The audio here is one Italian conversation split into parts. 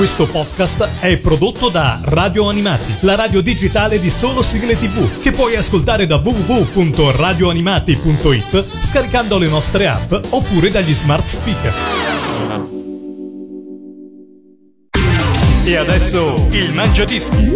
Questo podcast è prodotto da Radio Animati, la radio digitale di solo sigle TV, che puoi ascoltare da www.radioanimati.it scaricando le nostre app oppure dagli smart speaker. E adesso il Mangiadischi.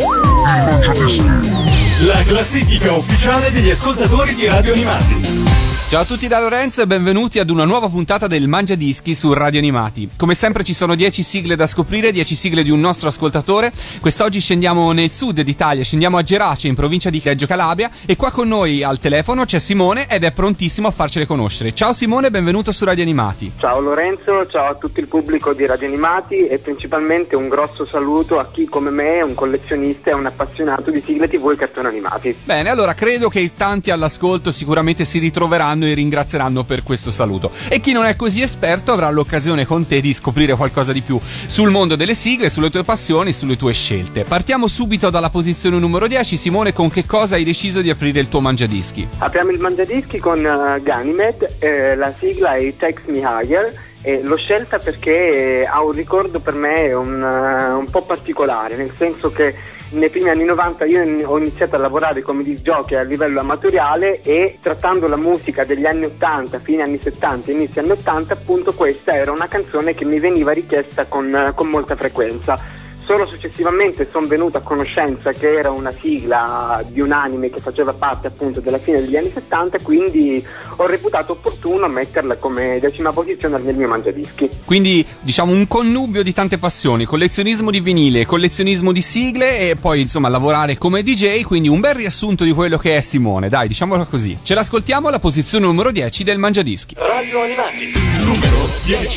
La classifica ufficiale degli ascoltatori di Radio Animati. Ciao a tutti da Lorenzo e benvenuti ad una nuova puntata del Mangiadischi su Radio Animati. Come sempre ci sono 10 sigle da scoprire, 10 sigle di un nostro ascoltatore. Quest'oggi scendiamo nel sud d'Italia, scendiamo a Gerace in provincia di Reggio Calabria e qua con noi al telefono c'è Simone ed è prontissimo a farcele conoscere. Ciao Simone, benvenuto su Radio Animati. Ciao Lorenzo, ciao a tutto il pubblico di Radio Animati e principalmente un grosso saluto a chi come me è un collezionista e un appassionato di sigle TV e cartoni animati. Bene, allora credo che tanti all'ascolto sicuramente si ritroveranno e ringrazieranno per questo saluto, e chi non è così esperto avrà l'occasione con te di scoprire qualcosa di più sul mondo delle sigle, sulle tue passioni, sulle tue scelte. Partiamo subito dalla posizione numero 10. Simone, con che cosa hai deciso di aprire il tuo Mangiadischi? Apriamo il Mangiadischi con Ganymede, la sigla è It Takes Me Higher. L'ho scelta perché ha un ricordo per me un po' particolare, nel senso che nei primi anni 90 io ho iniziato a lavorare come disc jockey a livello amatoriale e trattando la musica degli anni 80, fine anni 70, inizio anni 80, appunto questa era una canzone che mi veniva richiesta con molta frequenza. Solo successivamente sono venuto a conoscenza che era una sigla di un anime che faceva parte appunto della fine degli anni 70, quindi ho reputato opportuno metterla come 10ª posizione nel mio Mangiadischi. Quindi diciamo un connubio di tante passioni, collezionismo di vinile, collezionismo di sigle e poi insomma lavorare come DJ, quindi un bel riassunto di quello che è Simone, dai, diciamolo così. Ce l'ascoltiamo alla posizione numero 10 del Mangiadischi. Radio Animati, numero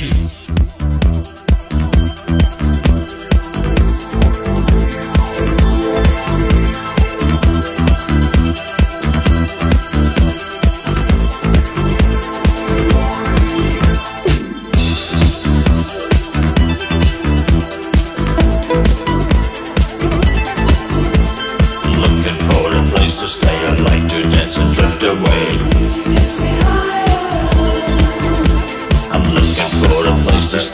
10. To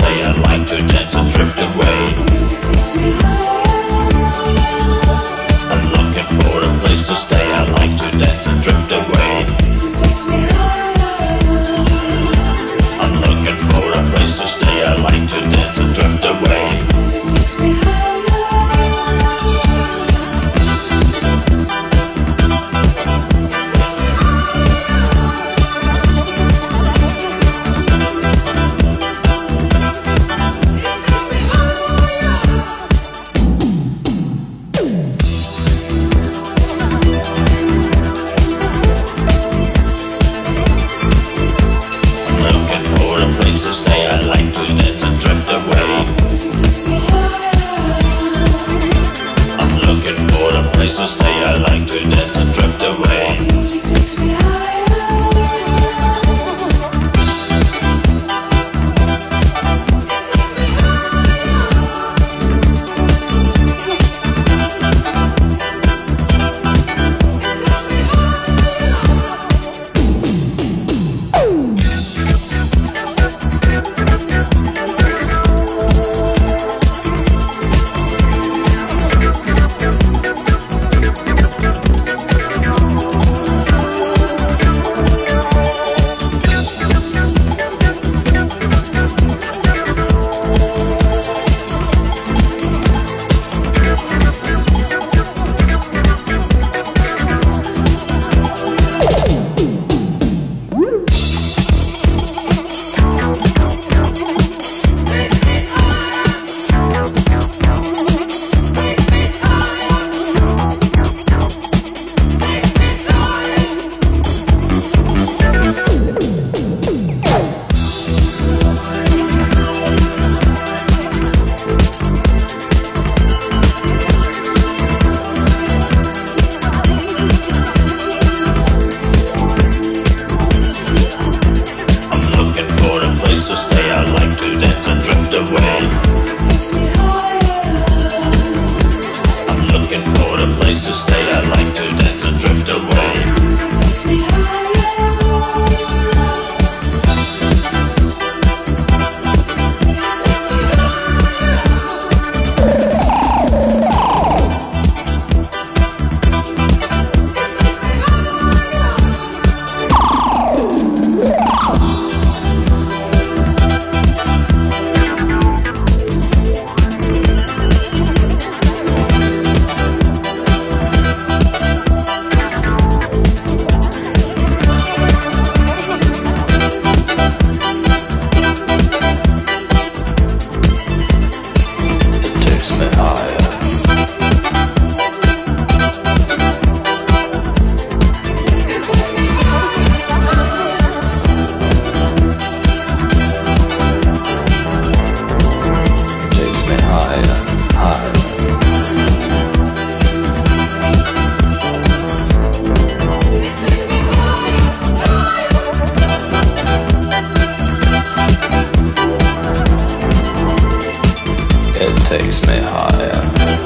takes me higher.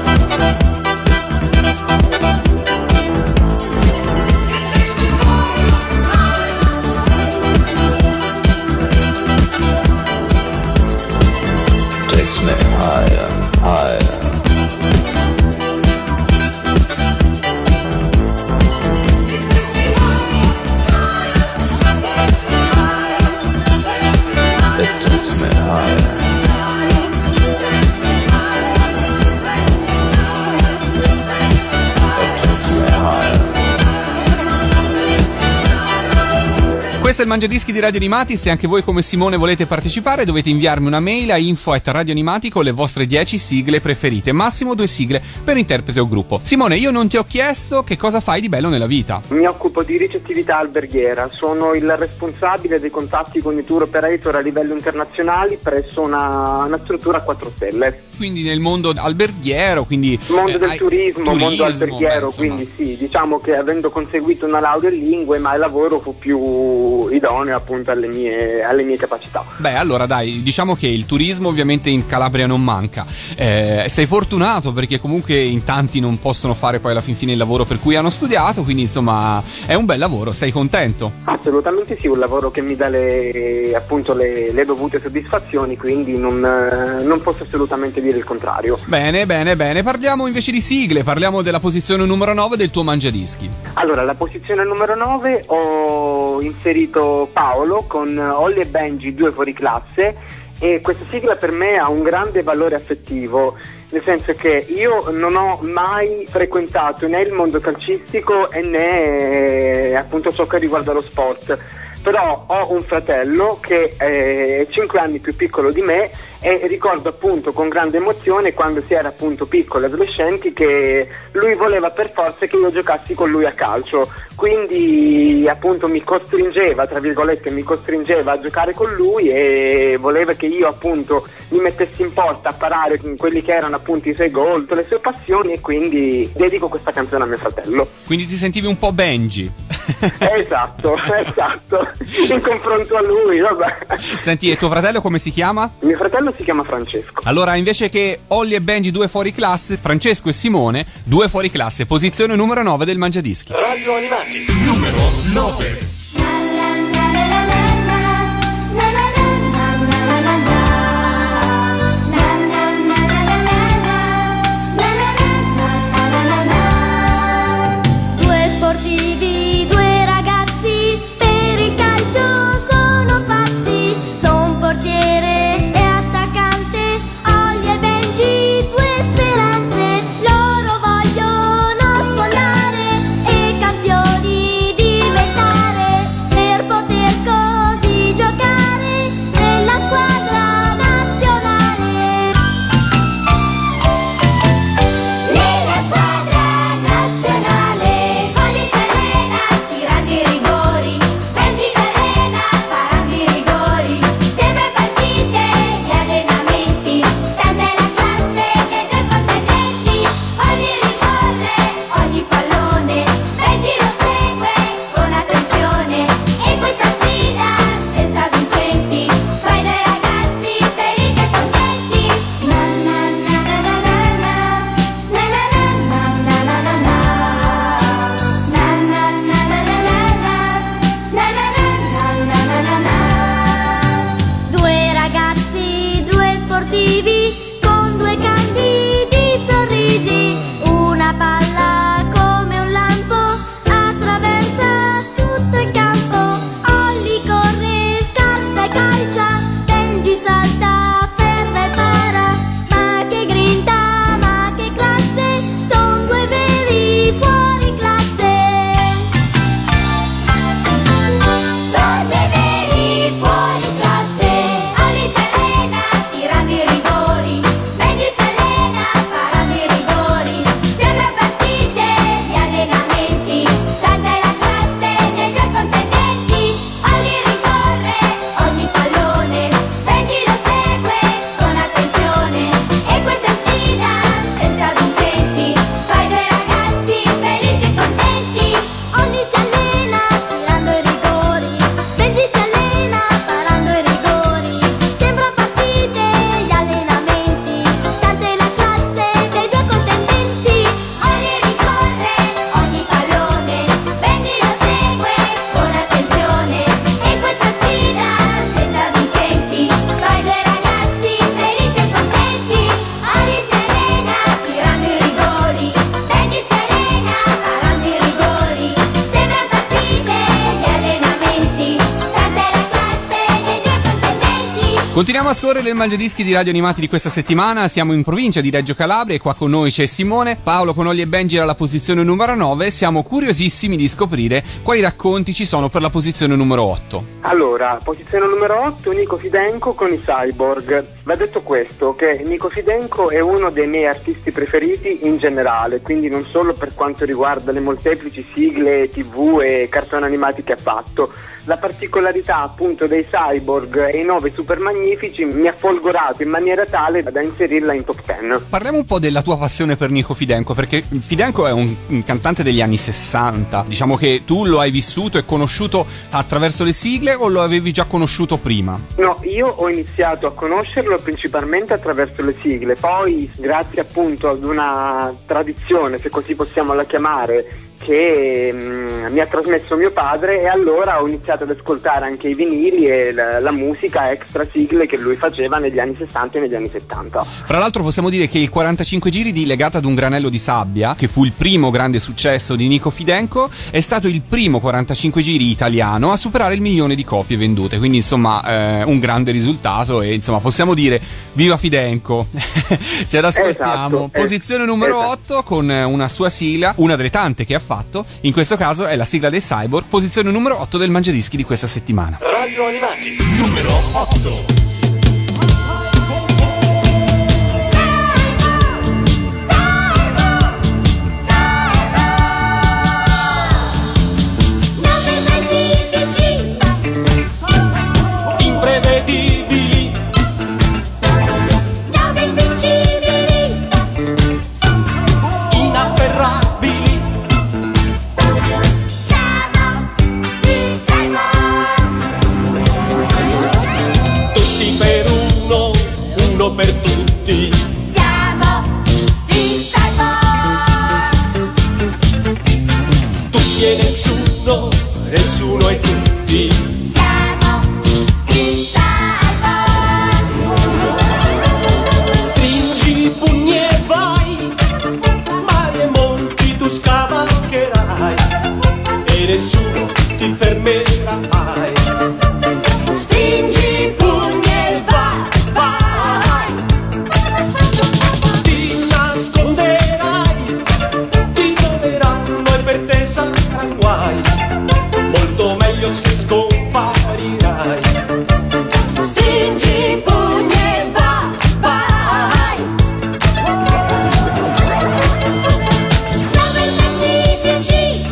Takes me higher, higher. It takes me higher. Questo è il Mangiadischi di Radio Animati. Se anche voi come Simone volete partecipare, dovete inviarmi una mail a info@radioanimati con le vostre 10 sigle preferite, massimo 2 sigle per interprete o gruppo. Simone, io non ti ho chiesto che cosa fai di bello nella vita. Mi occupo di ricettività alberghiera, sono il responsabile dei contatti con i tour operator a livello internazionale presso una struttura a 4 stelle. Quindi nel mondo alberghiero, quindi mondo del turismo, mondo alberghiero, beh, quindi sì, diciamo che avendo conseguito una laurea in lingue, ma il lavoro fu più idoneo appunto alle mie capacità. Beh, allora dai, diciamo che il turismo ovviamente in Calabria non manca. Sei fortunato perché comunque in tanti non possono fare poi alla fin fine il lavoro per cui hanno studiato, quindi insomma è un bel lavoro, sei contento? Assolutamente sì, un lavoro che mi dà le dovute soddisfazioni, quindi non posso assolutamente dire il contrario. Bene, parliamo invece di sigle, parliamo della posizione numero 9 del tuo Mangiadischi. Allora, la posizione numero 9 ho inserito Paolo con Holly e Benji, 2 fuori classe, e questa sigla per me ha un grande valore affettivo, nel senso che io non ho mai frequentato né il mondo calcistico né appunto ciò che riguarda lo sport, però ho un fratello che è 5 anni più piccolo di me e ricordo appunto con grande emozione quando si era appunto piccoli adolescenti che lui voleva per forza che io giocassi con lui a calcio, quindi appunto mi costringeva, tra virgolette, a giocare con lui e voleva che io appunto mi mettessi in porta a parare quelli che erano appunto i suoi gol, le sue passioni, e quindi dedico questa canzone a mio fratello. Quindi ti sentivi un po' Benji. Esatto, in confronto a lui, vabbè. Senti, e tuo fratello come si chiama? Mio fratello si chiama Francesco. Allora, invece che Holly e Benji 2 fuori classe, Francesco e Simone 2 fuori classe, posizione numero 9 del Mangiadischi. Radio Animati, numero 9. Vogliono sfondare e campioni diventare. Continuiamo a scorrere il Mangiadischi di Radio Animati di questa settimana. Siamo in provincia di Reggio Calabria e qua con noi c'è Simone. Paolo Conogli e Benji alla posizione numero 9. Siamo curiosissimi di scoprire quali racconti ci sono per la posizione numero 8. Allora, posizione numero 8, Nico Fidenco con i Cyborg. Va detto questo, che Nico Fidenco è uno dei miei artisti preferiti in generale, quindi non solo per quanto riguarda le molteplici sigle TV e cartoni animati che ha fatto. La particolarità appunto dei Cyborg e i 9 super magnifici mi ha folgorato in maniera tale da inserirla in top 10. Parliamo un po' della tua passione per Nico Fidenco, perché Fidenco è un cantante degli anni 60. Diciamo che tu lo hai vissuto e conosciuto attraverso le sigle o lo avevi già conosciuto prima? No, io ho iniziato a conoscerlo principalmente attraverso le sigle, poi grazie appunto ad una tradizione, se così possiamo la chiamare, che mi ha trasmesso mio padre, e allora ho iniziato ad ascoltare anche i vinili e la musica extra sigle che lui faceva negli anni 60 e negli anni 70. Fra l'altro possiamo dire che il 45 giri di Legata ad un granello di sabbia, che fu il primo grande successo di Nico Fidenco, è stato il primo 45 giri italiano a superare il 1.000.000 di copie vendute, quindi insomma un grande risultato e insomma possiamo dire viva Fidenco. Ce l'ascoltiamo. Esatto, posizione numero 8 con una sua sigla, una delle tante che ha fatto, in questo caso è la sigla dei Cyborg, posizione numero 8 del Mangiadischi di questa settimana. Radio Animati numero 8. Per tutti siamo i Cyborg. Tutti e nessuno, nessuno e tutti. Siamo i Cyborg. Stringi i pugni e vai, mari e monti tu scavalcherai e nessuno ti fermerà mai. Stringi i pugni e vai. Molto meglio se scomparirai. Stringi i pugni e vai. 9 magnifici,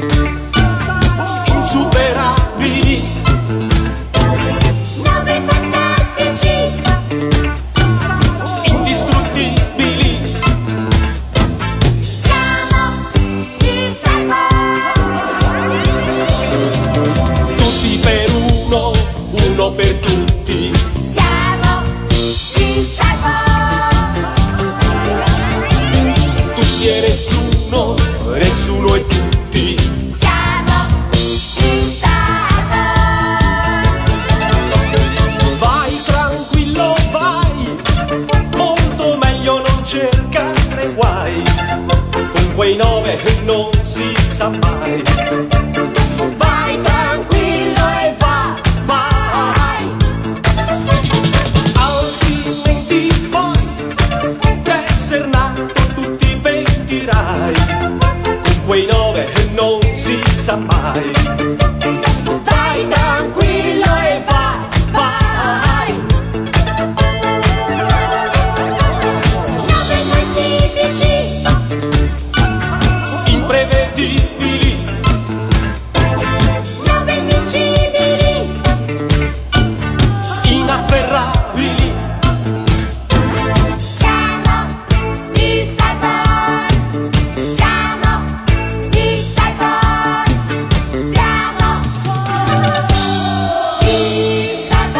Insuperabili, 9 fantastici, indistruttibili. siamo i Cyborg. Tutti per uno, uno per tutti. Siamo i Cyborg. Tutti e nessuno, nessuno e tutti. Siamo i Cyborg. Vai tranquillo, vai, molto meglio non cercare guai. Con quei 9 non si sa mai. Vai tranquillo e vai. Altrimenti poi d'esser nato tu ti pentirai. Con quei 9 non si sa mai. Vai tranquillo e vai. 9 magnifici, Imprevedibili, 9 invincibili, inafferrabili. siamo i Cyborg. Siamo i Cyborg. Siamo i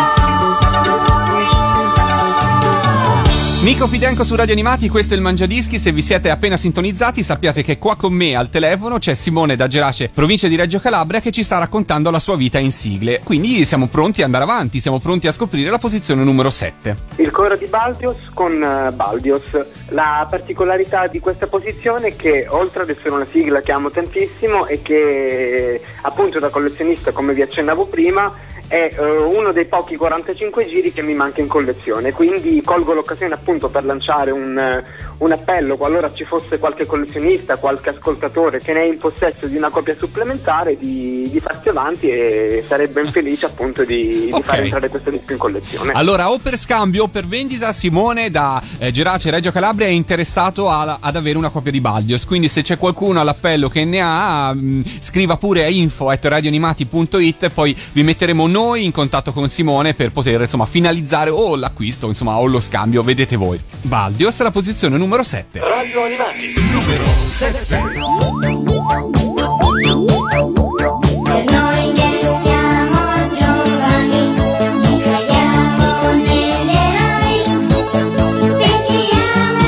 Cyborg. Nico Fidenco su Radio Animati, questo è il Mangiadischi. Se vi siete appena sintonizzati sappiate che qua con me al telefono c'è Simone da Gerace, provincia di Reggio Calabria, che ci sta raccontando la sua vita in sigle. Quindi siamo pronti ad andare avanti, siamo pronti a scoprire la posizione numero 7. Il coro di Baldios con Baldios. La particolarità di questa posizione è che, oltre ad essere una sigla che amo tantissimo e che appunto da collezionista, come vi accennavo prima, è uno dei pochi 45 giri che mi manca in collezione, quindi colgo l'occasione appunto per lanciare un appello qualora ci fosse qualche collezionista, qualche ascoltatore che ne è in possesso di una copia supplementare di farsi avanti, e sarei ben felice appunto di far entrare questo disco in collezione. Allora, o per scambio o per vendita, Simone da Gerace, Reggio Calabria, è interessato ad avere una copia di Baldios, quindi se c'è qualcuno all'appello che ne ha, scriva pure a info@radioanimati.it e poi vi metteremo noi in contatto con Simone per poter insomma finalizzare o l'acquisto insomma o lo scambio, vedete voi. Baldios alla posizione numero 7. Radio Animati numero 7. Per noi che siamo giovani e crediamo negli eroi, pensiamo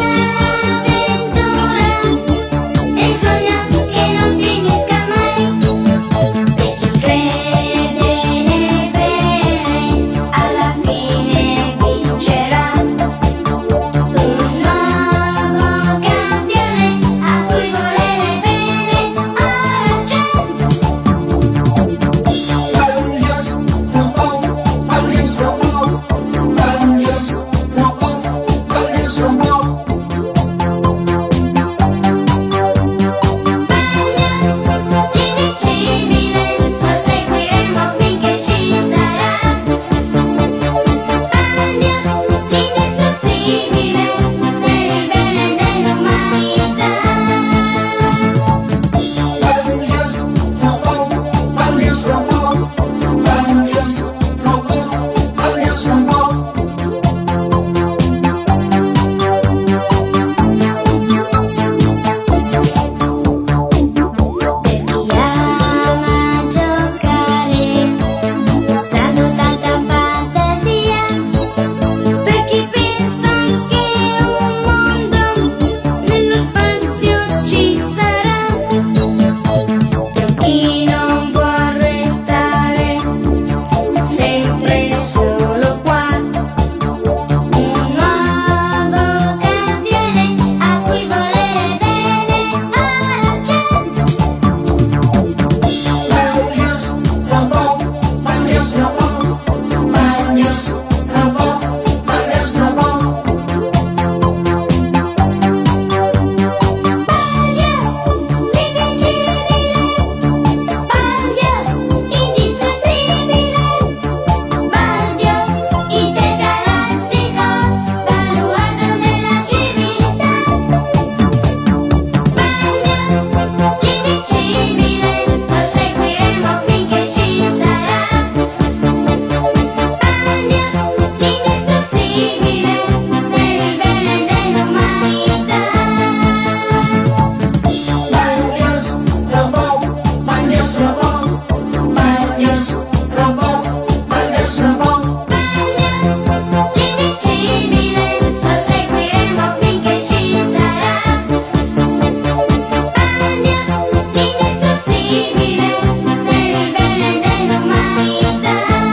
all'avventura e sogniamo che non finisca mai. Per chi crede nel bene, alla fine vincerà. Un nuovo campione a cui volere bene, ora c'è. Invincibile, lo seguiremo finché ci sarà. Baldios, indistruttibile, per il bene dell'umanità. Ama giocare, usando tanta fantasia, per chi pensa che un mondo nello spazio ci sarà, per chi non vuol restare sempre solo qua. Un nuovo campione a cui volere bene, ora c'è. Baldios, l'invincibile, Baldios, indistruttibile, Baldios, intergalattico, baluardo della civiltà. Baldios, l'invincibile, lo seguiremo finché ci sarà. Baldios, indistruttibile, per il bene dell'umanità. L'invincibile, lo seguiremo finché ci sarà. Baldios, indistruttibile, per il bene dell'umanità.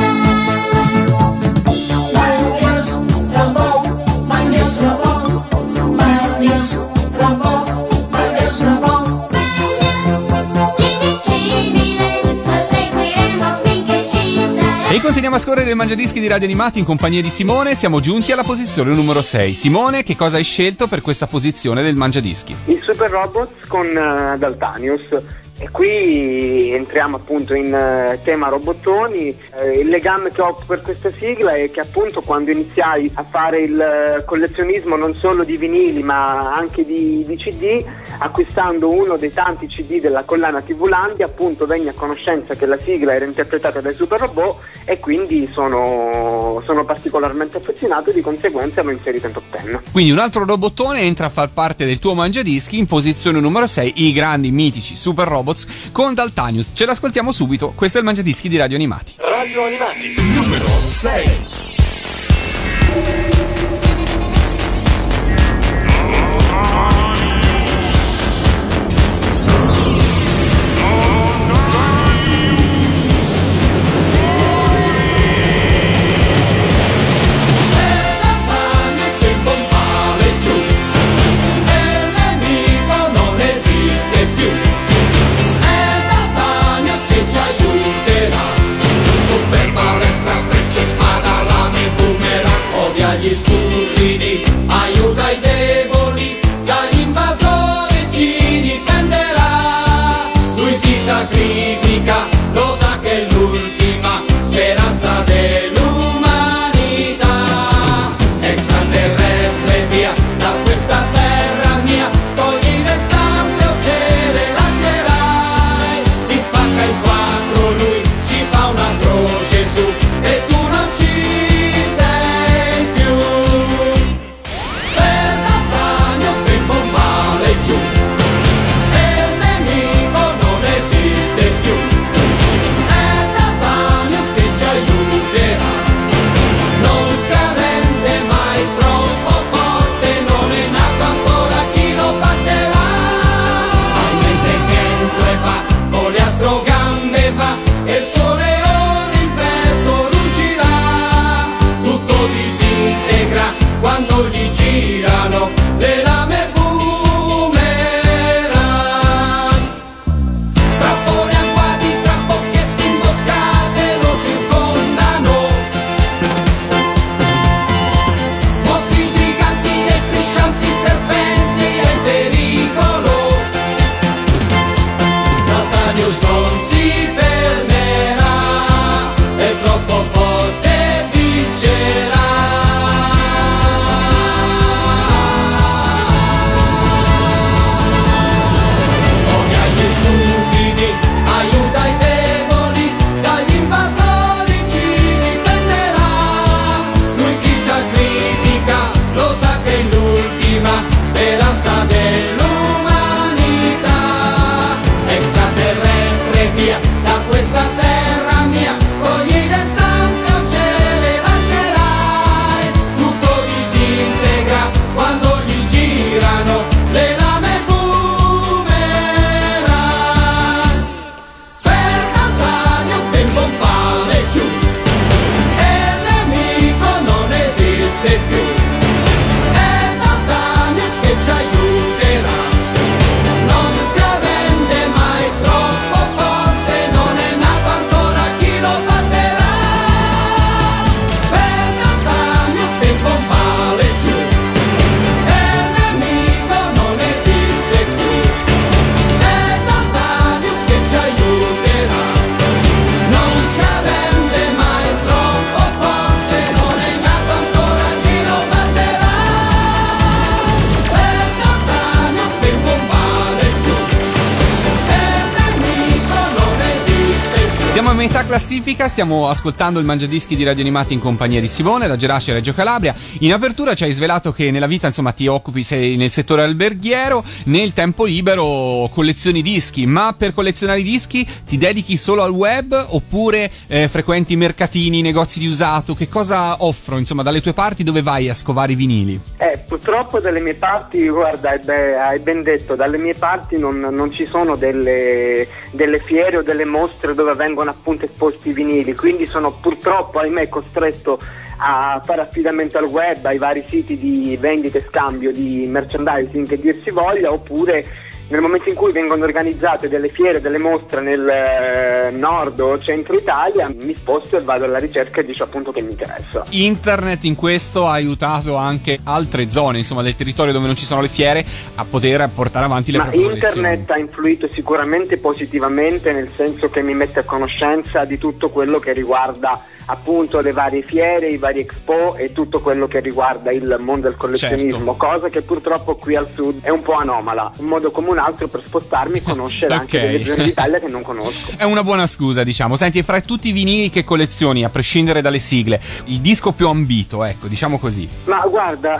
L'invincibile, lo seguiremo finché ci sarà. E continuiamo a scorrere il Mangiadischi di Radio Animati in compagnia di Simone. Siamo giunti alla posizione numero 6. Simone, che cosa hai scelto per questa posizione del Mangiadischi? I Super Robots con Daltanius. E qui entriamo appunto in tema robottoni. Il legame che ho per questa sigla è che appunto quando iniziai a fare il collezionismo non solo di vinili ma anche di CD, acquistando uno dei tanti CD della collana TVlandia, appunto venni a conoscenza che la sigla era interpretata dai Super Robot, e quindi sono particolarmente affezionato e di conseguenza l'ho inserito in top 10. Quindi un altro robottone entra a far parte del tuo Mangiadischi in posizione numero 6, i grandi mitici Super Robots con Daltanius. Ce l'ascoltiamo subito, questo è il Mangiadischi di Radio Animati. Radio Animati numero 6. Super Mario a metà classifica, stiamo ascoltando il Mangiadischi di Radio Animati in compagnia di Simone da Gerace a Reggio Calabria. In apertura ci hai svelato che nella vita, insomma, ti occupi, sei nel settore alberghiero, nel tempo libero collezioni dischi, ma per collezionare i dischi ti dedichi solo al web oppure frequenti mercatini, negozi di usato? Che cosa offrono, insomma, dalle tue parti, dove vai a scovare i vinili? Purtroppo dalle mie parti, guarda, hai ben detto, dalle mie parti non ci sono delle fiere o delle mostre dove vengono appunto esposti i vinili, quindi sono purtroppo, ahimè, costretto a fare affidamento al web, ai vari siti di vendita e scambio di merchandising che dir si voglia, oppure nel momento in cui vengono organizzate delle fiere, delle mostre nel nord o centro Italia, mi sposto e vado alla ricerca di ciò appunto che mi interessa. Internet in questo ha aiutato anche altre zone, insomma, del territorio dove non ci sono le fiere, a poter portare avanti le proprie collezioni. Internet ha influito sicuramente positivamente, nel senso che mi mette a conoscenza di tutto quello che riguarda appunto le varie fiere, i vari expo e tutto quello che riguarda il mondo del collezionismo, cosa che purtroppo qui al sud è un po' anomala, un modo come un altro per spostarmi e conoscere anche delle zone d'Italia che non conosco. È una buona scusa, diciamo. Senti, e fra tutti i vinili che collezioni, a prescindere dalle sigle, il disco più ambito, ecco, diciamo così? Ma guarda,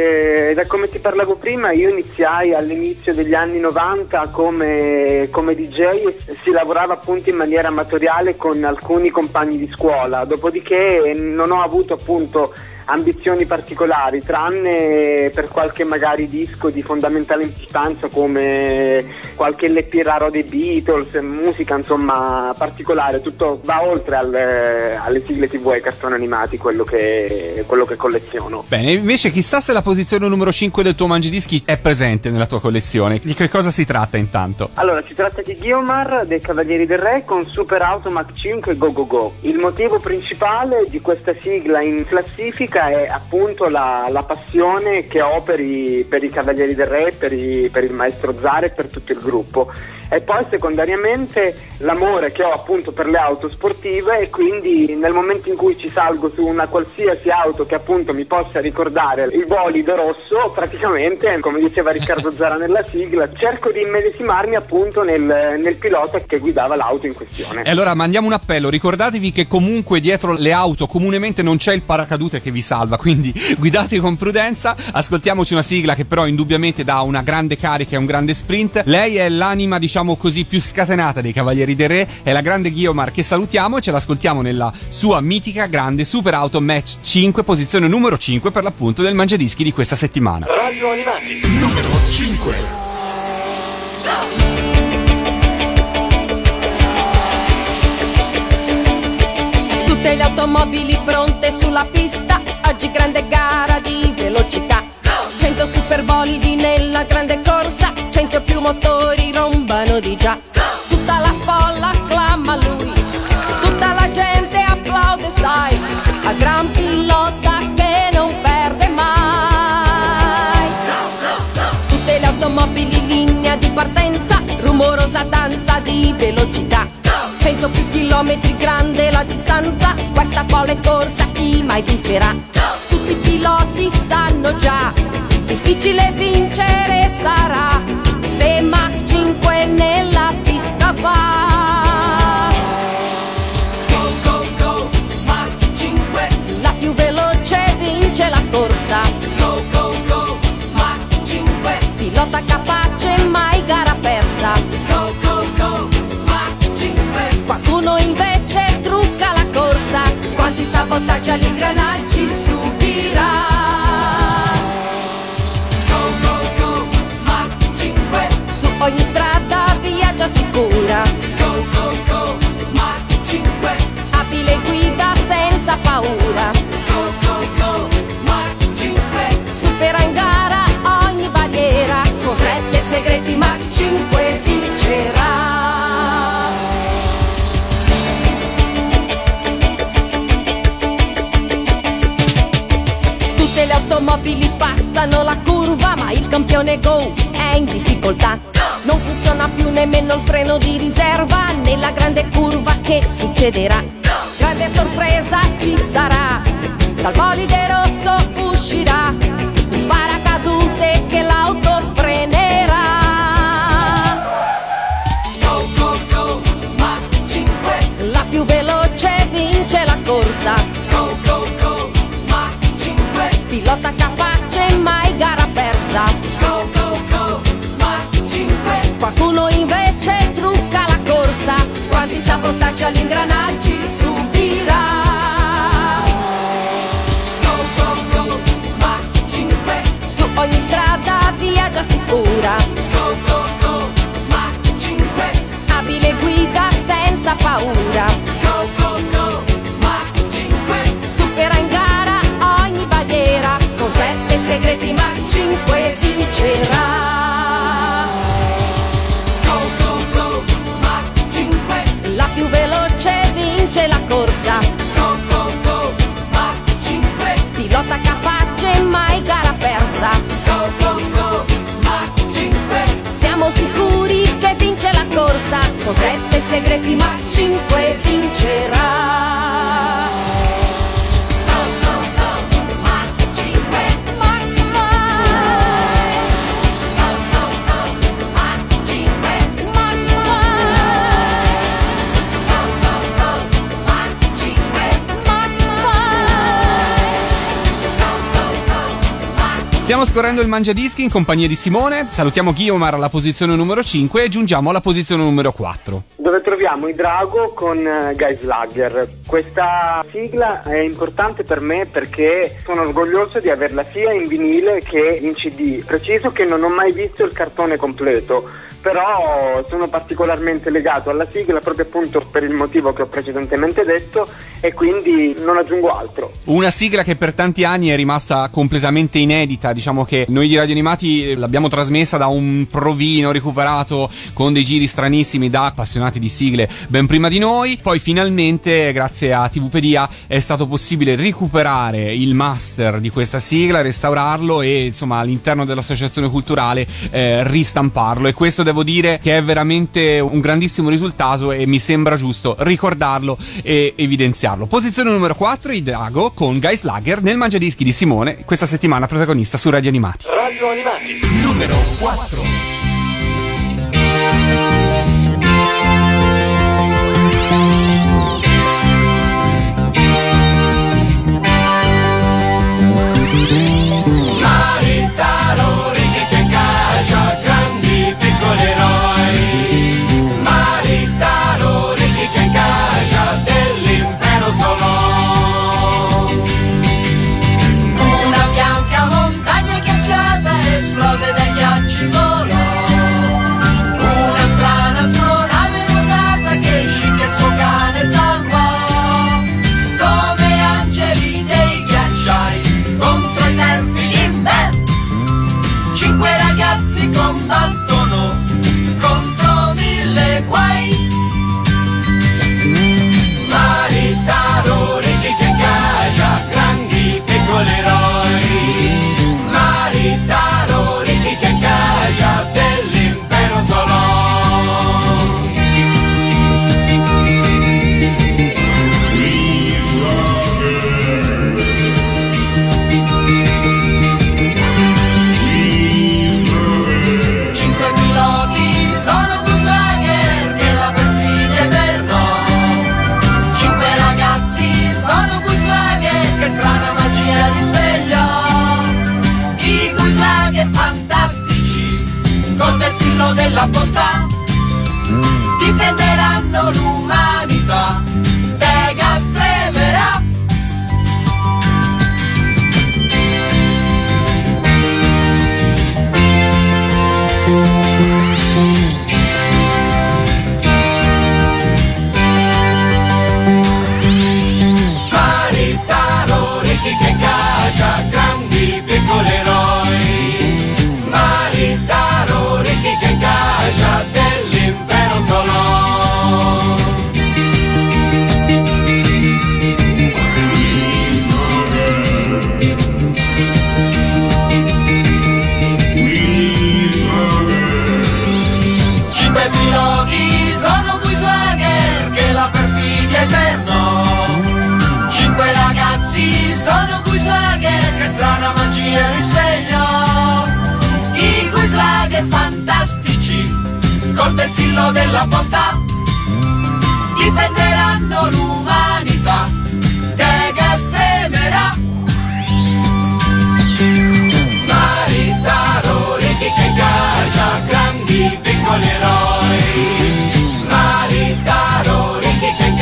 da come ti parlavo prima, io iniziai all'inizio degli anni 90 come DJ e si lavorava appunto in maniera amatoriale con alcuni compagni di scuola. Dopodiché non ho avuto appunto ambizioni particolari, tranne per qualche magari disco di fondamentale importanza come qualche LP raro dei Beatles, musica insomma particolare. Tutto va oltre alle sigle TV e ai cartoni animati, quello che colleziono. Bene, invece chissà se la posizione numero 5 del tuo Mangiadischi è presente nella tua collezione. Di che cosa si tratta intanto? Allora, si tratta di Guiomar dei Cavalieri del Re con Super Auto Mach 5 Go Go Go. Il motivo principale di questa sigla in classifica è appunto la passione che ho per i Cavalieri del Re, per il maestro Zara e per tutto il gruppo. E poi secondariamente l'amore che ho appunto per le auto sportive, e quindi nel momento in cui ci salgo su una qualsiasi auto che appunto mi possa ricordare il bolido rosso, praticamente, come diceva Riccardo Zara nella sigla, cerco di immedesimarmi appunto nel pilota che guidava l'auto in questione. E allora mandiamo un appello: ricordatevi che comunque dietro le auto comunemente non c'è il paracadute che vi salva, quindi guidate con prudenza. Ascoltiamoci una sigla che però indubbiamente dà una grande carica e un grande sprint. Lei è l'anima, diciamo così, più scatenata dei Cavalieri del Re, è la grande Guiomar, che salutiamo e ce l'ascoltiamo nella sua mitica grande Super Auto Match 5, posizione numero 5 per l'appunto del Mangiadischi di questa settimana. Radio Animati numero 5. Tutte le automobili pronte sulla pista, oggi grande gara di velocità. 100 superbolidi nella grande corsa, 100 più motori rombano di già. Tutta la folla acclama lui, tutta la gente applaude, sai, al gran pilota che non perde mai. Tutte le automobili in linea di partenza, rumorosa danza di velocità. 100 più chilometri, grande la distanza, questa folle corsa chi mai vincerà? Tutti i piloti sanno già, difficile vincere sarà, se Mach 5 nella pista va. Go, go, go, Mach 5, la più veloce vince la corsa. Go, go, go, Mach 5, pilota capace, mai gara persa. Go, go, go, Mach 5, qualcuno invece trucca la corsa, quanti sabotaggi agli ingranaggi subirà. Ogni strada viaggia sicura. Go, go, go, Mach 5, abile guida senza paura. Go, go, go, Mach 5, supera in gara ogni barriera. Con 7 segreti Mach 5 vincerà. Tutte le automobili passano la curva, ma il campione Go è in difficoltà. Non funziona più nemmeno il freno di riserva, nella grande curva che succederà? Grande sorpresa ci sarà, dal bolide rosso uscirà un paracadute che l'auto frenerà. Go, go, go, Mach 5, la più schiaccia gli ingranaggi, subirà. Go, go, go, Mach 5, su ogni strada viaggia sicura. Go, go, go, Mach 5, abile guida senza paura. Go, go, go, Mach 5, supera in gara ogni barriera. Con 7 segreti Mach 5 vincerà. La più veloce vince la corsa. Go, go, go, Mach 5, pilota capace, mai gara persa. Go, go, go, Mach 5, siamo sicuri che vince la corsa. Con 7 segreti Mach 5 vincerà. Stiamo scorrendo il Mangiadischi in compagnia di Simone, salutiamo Guiomar alla posizione numero 5 e giungiamo alla posizione numero 4. Dove troviamo i Drago con Geislager. Questa sigla è importante per me perché sono orgoglioso di averla sia in vinile che in CD. Preciso che non ho mai visto il cartone completo, però sono particolarmente legato alla sigla proprio appunto per il motivo che ho precedentemente detto e quindi non aggiungo altro. Una sigla che per tanti anni è rimasta completamente inedita, diciamo che noi di Radio Animati l'abbiamo trasmessa da un provino recuperato con dei giri stranissimi da appassionati di sigle ben prima di noi, poi finalmente grazie a TVpedia è stato possibile recuperare il master di questa sigla, restaurarlo e insomma all'interno dell'associazione culturale ristamparlo, e questo devo dire che è veramente un grandissimo risultato e mi sembra giusto ricordarlo e evidenziarlo. Posizione numero 4, i Drago con Geislager nel Mangiadischi di Simone, questa settimana protagonista su Radio Animati. Radio Animati numero 4. Della bontà difenderanno l'umanità. Pegas tremerà. Maritaro, ricchi che caccia, grandi piccoli eroi. Maritaro, ricchi che caccia dell'impero solo. Cinque piloti sono Geislager che la perfidia è eterno. Cinque ragazzi sono Geislager che strana magia risveglia. I Geislager fantastici col vessillo della bontà difenderanno l'umanità. Pegas tremerà. Maritaro, ricchi che caccia, grandi piccoli eroi. Maritaro, ricchi che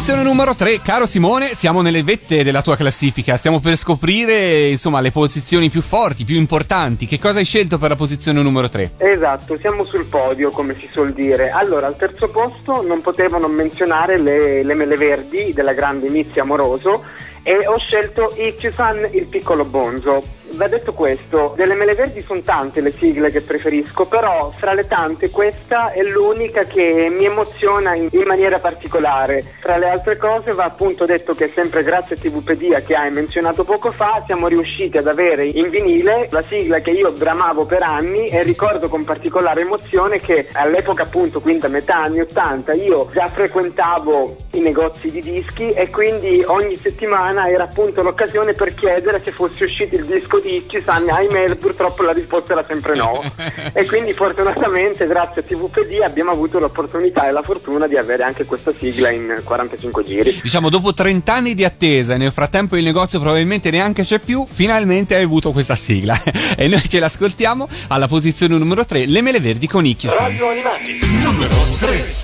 Posizione numero 3, caro Simone, siamo nelle vette della tua classifica, stiamo per scoprire insomma le posizioni più forti, più importanti. Che cosa hai scelto per la posizione numero 3? Esatto, siamo sul podio, come si suol dire. Allora, al terzo posto non potevo non menzionare le mele verdi della grande Mizzi Amoroso, e ho scelto Ichisan, il piccolo Bonzo. Va detto questo, delle mele verdi sono tante le sigle che preferisco, però fra le tante questa è l'unica che mi emoziona in maniera particolare. Tra le altre cose va appunto detto che sempre grazie a TVpedia, che hai menzionato poco fa, siamo riusciti ad avere in vinile la sigla che io bramavo per anni, e ricordo con particolare emozione che all'epoca appunto, quindi a metà anni 80, io già frequentavo i negozi di dischi e quindi ogni settimana era appunto l'occasione per chiedere se fosse uscito il disco di Ichisan. Ahimè, purtroppo la risposta era sempre no, e quindi fortunatamente grazie a TVpedia abbiamo avuto l'opportunità e la fortuna di avere anche questa sigla in 45 giri. Diciamo, dopo 30 anni di attesa e nel frattempo il negozio probabilmente neanche c'è più, finalmente hai avuto questa sigla e noi ce l'ascoltiamo alla posizione numero 3, le mele verdi con Ichisan. Radio Animati, numero 3.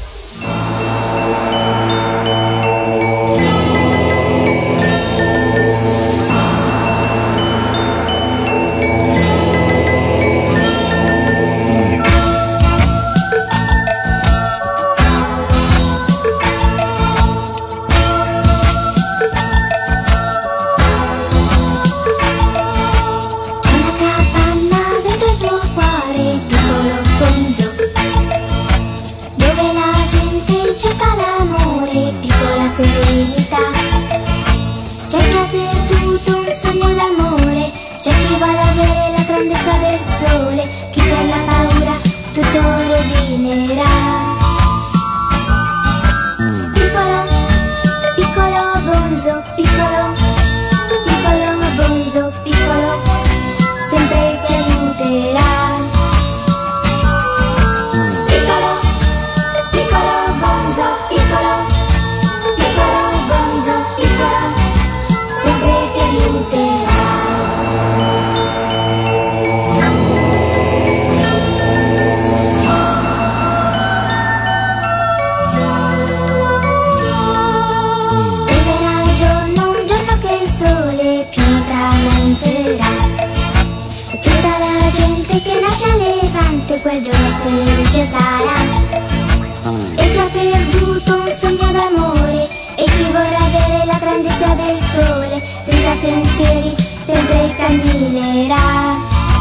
Quel giorno felice sarà, e chi ha perduto un sogno d'amore, e chi vorrà avere la grandezza del sole, senza pensieri sempre camminerà.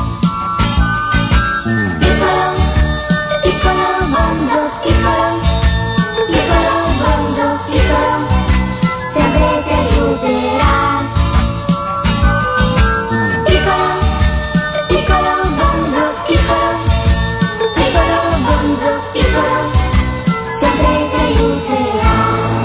Piccolo, piccolo bonzo, piccolo, piccolo bonzo, piccolo, sempre ti aiuterà. Piccolo, piccolo bonzo, piccolo, piccolo, sempre ti aiuterà.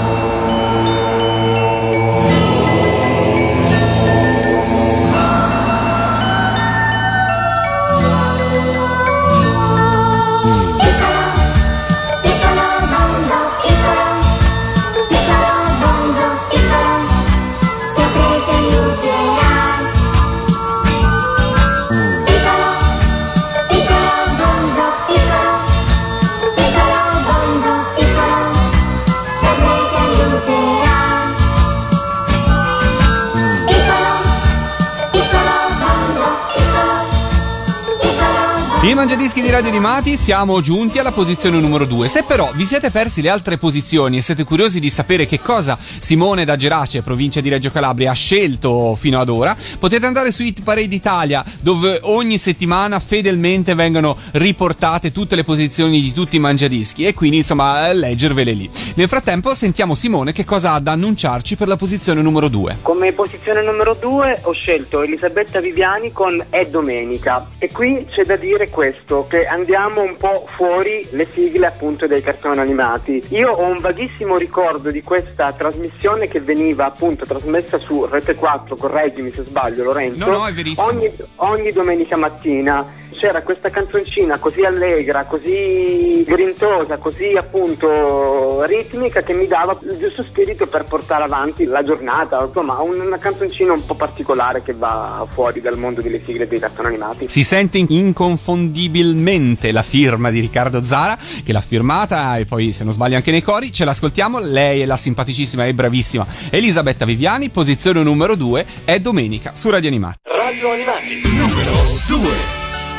I Mangiadischi di Radio Animati, siamo giunti alla posizione numero 2. Se però vi siete persi le altre posizioni e siete curiosi di sapere che cosa Simone da Gerace, provincia di Reggio Calabria, ha scelto fino ad ora, potete andare su Hit Parade Italia, dove ogni settimana fedelmente vengono riportate tutte le posizioni di tutti i Mangiadischi, e quindi insomma leggervele lì. Nel frattempo sentiamo Simone che cosa ha da annunciarci per la posizione numero 2. Come posizione numero 2 ho scelto Elisabetta Viviani con È Domenica, e qui c'è da dire questo, che andiamo un po' fuori le sigle appunto dei cartoni animati. Io ho un vaghissimo ricordo di questa trasmissione che veniva appunto trasmessa su Rete 4, correggimi se sbaglio Lorenzo. No, è verissimo. Ogni domenica mattina c'era questa canzoncina così allegra, così grintosa, così appunto ritmica, che mi dava il giusto spirito per portare avanti la giornata. Insomma, una canzoncina un po' particolare che va fuori dal mondo delle sigle dei cartoni animati. Si sente inconfondibile inconfondibilmente la firma di Riccardo Zara, che l'ha firmata, e poi se non sbaglio anche nei cori. Ce l'ascoltiamo, lei è la simpaticissima e bravissima Elisabetta Viviani. Posizione numero 2 è Domenica su Radio Animati. Radio Animati numero 2.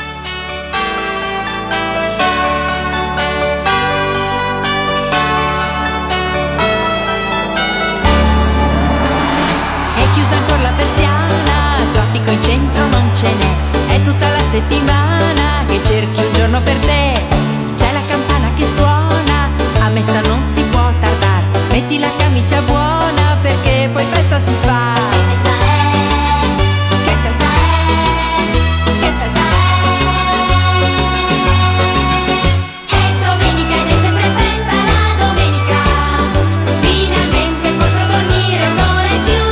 La persiana, traffico in centro non ce n'è, è tutta la settimana che cerchi un giorno per te. C'è la campana che suona, a messa non si può tardare, metti la camicia buona perché poi festa si fa. Che festa è, che festa è domenica ed è sempre festa la domenica, finalmente potrò dormire un'ora in più.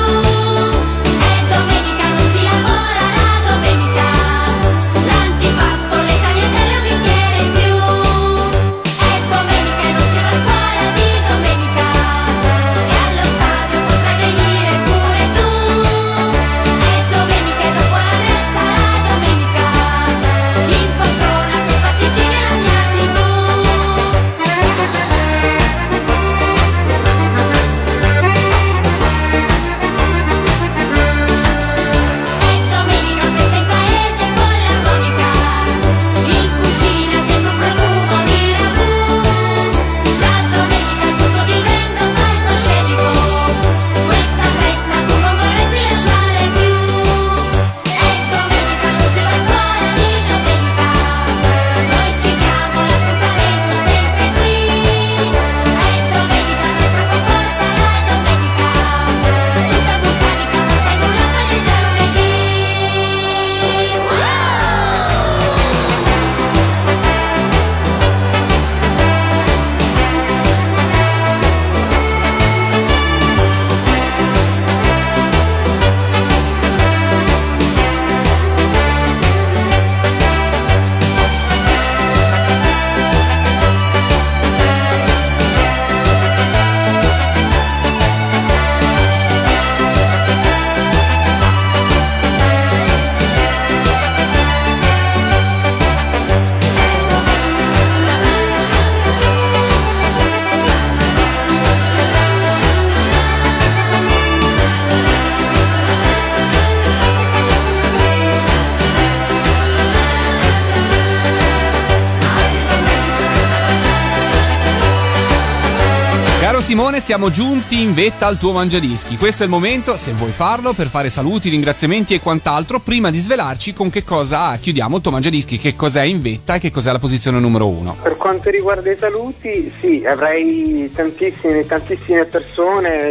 Simone, siamo giunti in vetta al tuo mangiadischi. Questo è il momento, se vuoi farlo, per fare saluti, ringraziamenti e quant'altro, prima di svelarci con che cosa chiudiamo il tuo mangiadischi, che cos'è in vetta e che cos'è la posizione numero 1. Per quanto riguarda i saluti, sì, avrei tantissime persone,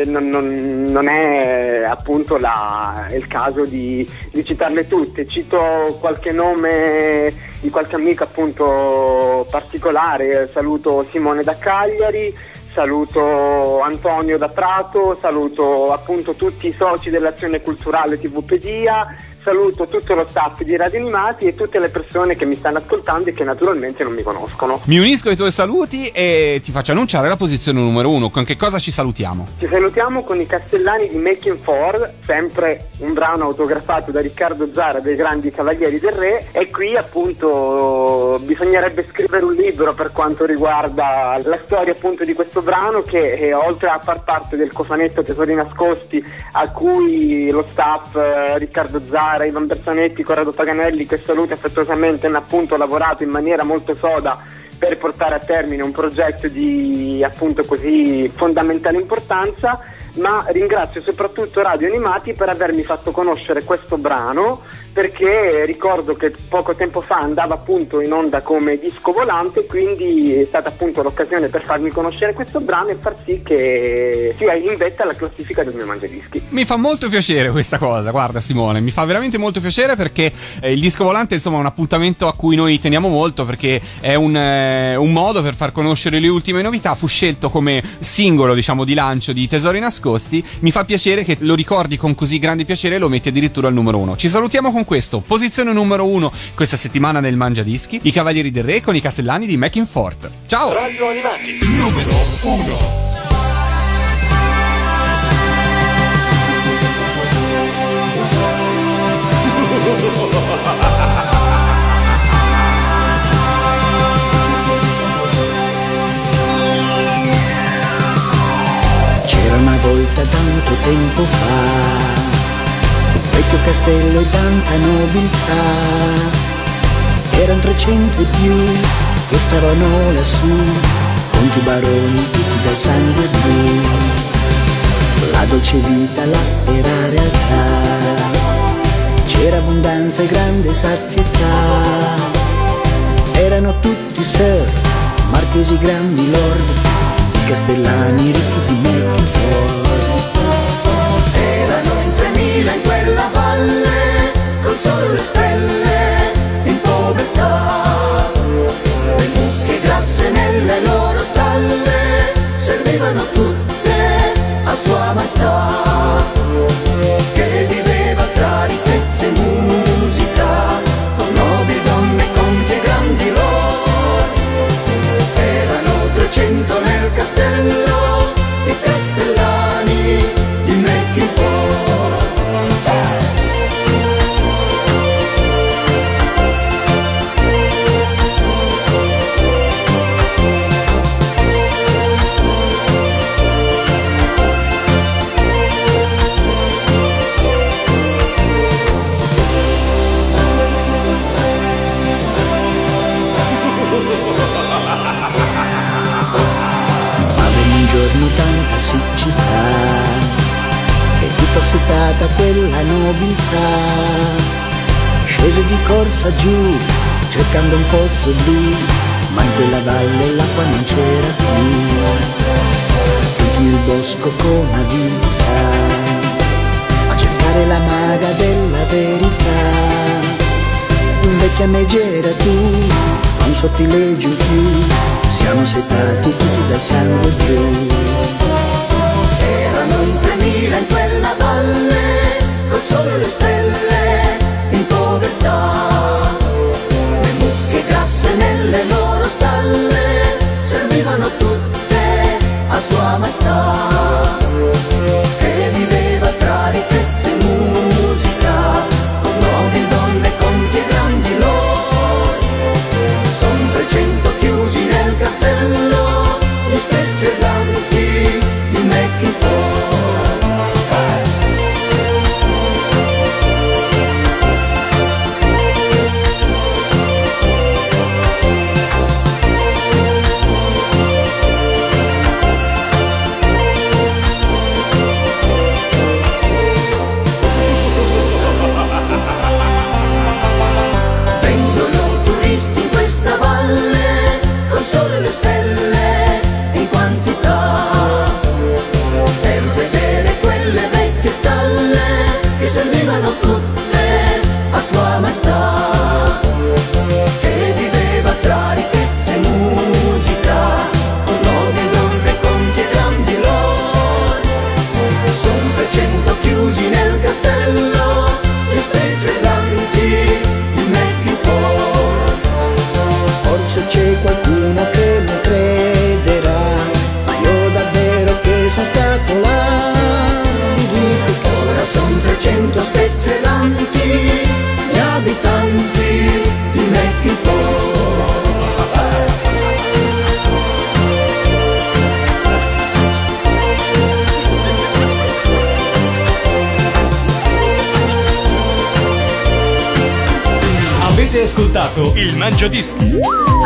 non è appunto il caso di citarle tutte. Cito qualche nome di qualche amico appunto particolare. Saluto Simone da Cagliari, saluto Antonio da Prato, saluto appunto tutti i soci dell'azione culturale TVpedia, saluto tutto lo staff di Radio Animati e tutte le persone che mi stanno ascoltando e che naturalmente non mi conoscono. Mi unisco ai tuoi saluti e ti faccio annunciare la posizione numero 1. Con che cosa ci salutiamo? Ci salutiamo con i Castellani di Making For, sempre un brano autografato da Riccardo Zara dei Grandi Cavalieri del Re, e qui appunto bisognerebbe scrivere un libro per quanto riguarda la storia appunto di questo brano, che oltre a far parte del cofanetto Tesori Nascosti, a cui lo staff Riccardo Zara, Ivan Bersanetti, Corrado Paganelli, che saluto affettuosamente, hanno appunto lavorato in maniera molto soda per portare a termine un progetto di appunto così fondamentale importanza, ma ringrazio soprattutto Radio Animati per avermi fatto conoscere questo brano, perché ricordo che poco tempo fa andava appunto in onda come disco volante, quindi è stata appunto l'occasione per farmi conoscere questo brano e far sì che sia in vetta alla classifica del mio mangiadischi. Mi fa molto piacere questa cosa, guarda Simone, mi fa veramente molto piacere, perché il disco volante insomma è un appuntamento a cui noi teniamo molto, perché è un modo per far conoscere le ultime novità. Fu scelto come singolo, diciamo, di lancio di Tesori Nascosti. Mi fa piacere che lo ricordi con così grande piacere e lo metti addirittura al numero 1. Ci salutiamo con questo, posizione numero 1 questa settimana nel Mangiadischi, i Cavalieri del Re con i Castellani di Making Fort. Ciao! Radio Animati numero 1. tempo fa. Un vecchio castello e tanta nobiltà, erano 300 e più che stavano lassù, conti baroni tutti dal sangue blu. La dolce vita là era realtà, c'era abbondanza e grande sazietà. Erano tutti sir, marchesi grandi lord, i castellani ricchi di Mackingford. Erano in 3000 in quella valle, col sole e le stelle, in povertà. Le mucche grasse nelle loro stalle servivano tutte a sua maestà, che viveva tra ricchezza e musica, con nobili donne, conti e grandi lord. Erano 300 nel castello, i castellani di Mackingford. Tanta siccità e tutta setata quella nobiltà, scese di corsa giù cercando un pozzo blu, ma in quella valle l'acqua non c'era più. Tutto il bosco con avidità a cercare la maga della verità. Vecchia megera tu, fa un sortileggio in più, siamo setati tutti dal sangue blu. Erano in 3000 in quella valle, col sole e le stelle, in povertà. Le mucche grasse nelle loro stalle servivano tutte a sua maestà, che viveva tra ricchezza e musica, con nobili donne, conti e grandi lord. Son 300 chiusi nel castello, gli spettri erranti di Mackingford. Vengono turisti in questa valle, col sole e le stelle in quantità, per vedere quelle vecchie stalle che servivano tutte a sua maestà, che viveva tra ricchezza e musica, con nobili donne, conti e grandi lord. Son 300 chiusi nel castello, gli spettri erranti di Mackingford. Forse c'è qualcuno che mi crederà, ma io davvero che sono stato là. Ora son 300 spettri erranti, gli abitanti di Mackingford. Avete ascoltato il Mangiadischi,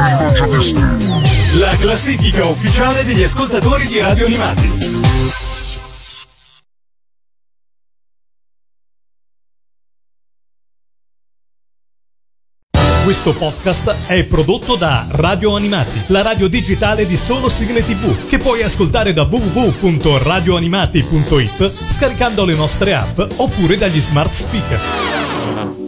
la classifica ufficiale degli ascoltatori di Radio Animati. Questo podcast è prodotto da Radio Animati, la radio digitale di solo sigle TV, che puoi ascoltare da www.radioanimati.it scaricando le nostre app oppure dagli smart speaker.